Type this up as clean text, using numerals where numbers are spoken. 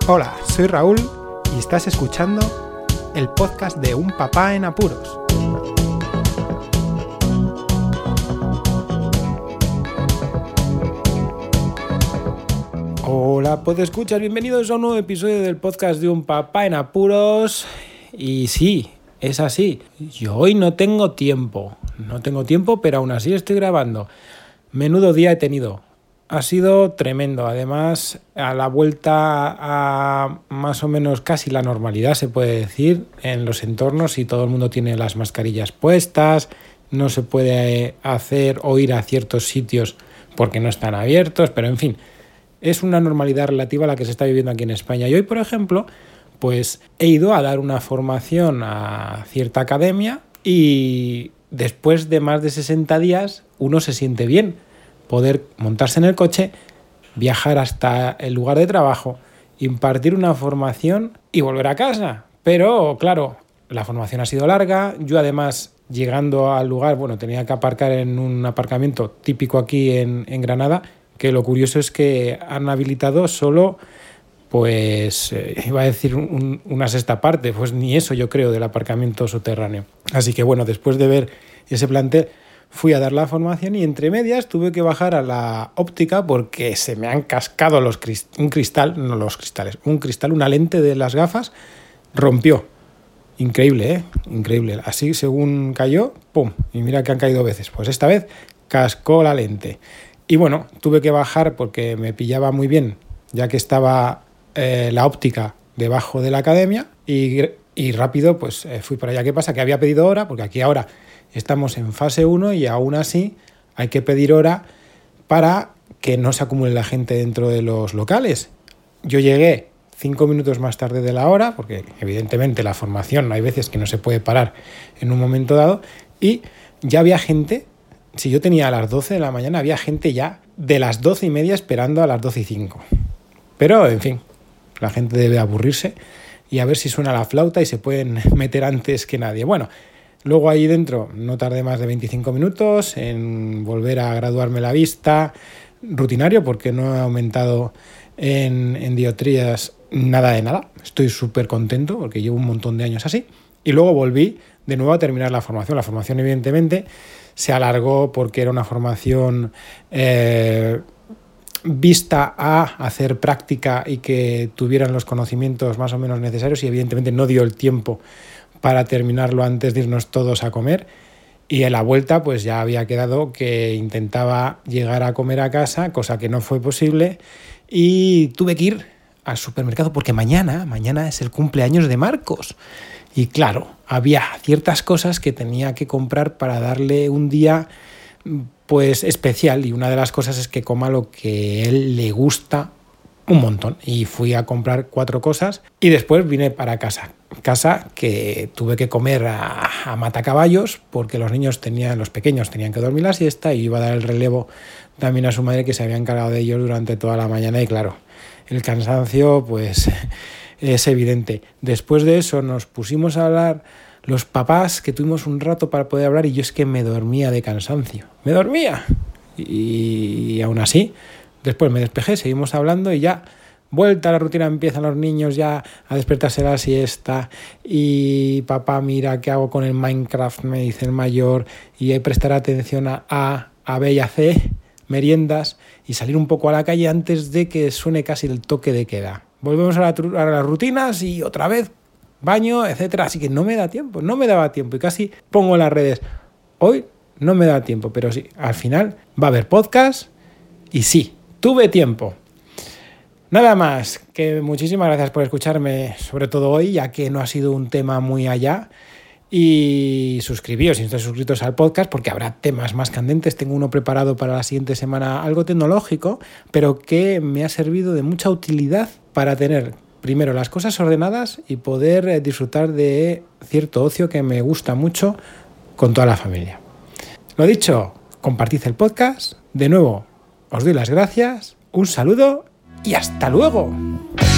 Hola, soy Raúl y estás escuchando el podcast de Un Papá en Apuros. Hola, podescuchas, bienvenidos a un nuevo episodio del podcast de Un Papá en Apuros. Y sí, es así, yo hoy no tengo tiempo, pero aún así estoy grabando. Menudo día he tenido. Ha sido tremendo, además a la vuelta a más o menos casi la normalidad, se puede decir, en los entornos y todo el mundo tiene las mascarillas puestas, no se puede hacer o ir a ciertos sitios porque no están abiertos, pero en fin, es una normalidad relativa a la que se está viviendo aquí en España. Y hoy, por ejemplo, pues he ido a dar una formación a cierta academia y después de más de 60 días uno se siente bien. Poder montarse en el coche, viajar hasta el lugar de trabajo, impartir una formación y volver a casa. Pero, claro, la formación ha sido larga. Yo, además, llegando al lugar, tenía que aparcar en un aparcamiento típico aquí en Granada, que lo curioso es que han habilitado solo, iba a decir una sexta parte, pues ni eso yo creo del aparcamiento subterráneo. Así que, después de ver ese plantel, fui a dar la formación y entre medias tuve que bajar a la óptica porque se me han cascado una lente de las gafas, rompió. Increíble, ¿eh? Increíble. Así según cayó, ¡pum! Y mira que han caído veces. Pues esta vez cascó la lente. Y tuve que bajar porque me pillaba muy bien, ya que estaba la óptica debajo de la academia y rápido fui para allá. ¿Qué pasa? Que había pedido hora, porque aquí ahora estamos en fase 1 y aún así hay que pedir hora para que no se acumule la gente dentro de los locales. Yo llegué 5 minutos más tarde de la hora, porque evidentemente la formación hay veces que no se puede parar en un momento dado, y ya había gente. Si yo tenía a las 12 de la mañana, había gente ya de las 12:30 esperando a las 12:05. Pero, en fin, la gente debe aburrirse y a ver si suena la flauta y se pueden meter antes que nadie. Luego ahí dentro no tardé más de 25 minutos en volver a graduarme la vista, rutinario porque no he aumentado en dioptrías nada de nada. Estoy súper contento porque llevo un montón de años así. Y luego volví de nuevo a terminar la formación. La formación evidentemente se alargó porque era una formación vista a hacer práctica y que tuvieran los conocimientos más o menos necesarios y evidentemente no dio el tiempo para terminarlo antes de irnos todos a comer. Y en la vuelta ya había quedado que intentaba llegar a comer a casa, cosa que no fue posible, y tuve que ir al supermercado porque mañana es el cumpleaños de Marcos. Y claro, había ciertas cosas que tenía que comprar para darle un día especial, y una de las cosas es que coma lo que a él le gusta un montón. Y fui a comprar 4 cosas y después vine para casa que tuve que comer a matacaballos porque los pequeños tenían que dormir la siesta y iba a dar el relevo también a su madre, que se había encargado de ellos durante toda la mañana. Y claro, el cansancio es evidente. Después de eso nos pusimos a hablar los papás, que tuvimos un rato para poder hablar, y yo es que me dormía de cansancio. ¡Me dormía! Y aún así, después me despejé, seguimos hablando y ya vuelta a la rutina, empiezan los niños ya a despertarse la siesta y papá, mira qué hago con el Minecraft, me dice el mayor, y hay que prestar atención a B y a C, meriendas, y salir un poco a la calle antes de que suene casi el toque de queda. Volvemos a las rutinas y otra vez baño, etcétera. Así que no me daba tiempo y casi pongo en las redes: hoy no me da tiempo, pero sí, al final va a haber podcast y sí, tuve tiempo. Nada más, que muchísimas gracias por escucharme, sobre todo hoy, ya que no ha sido un tema muy allá. Y suscribíos si no estáis suscritos al podcast, porque habrá temas más candentes. Tengo uno preparado para la siguiente semana, algo tecnológico, pero que me ha servido de mucha utilidad para tener primero las cosas ordenadas y poder disfrutar de cierto ocio que me gusta mucho con toda la familia. Lo dicho, compartid el podcast. De nuevo, os doy las gracias, un saludo y hasta luego.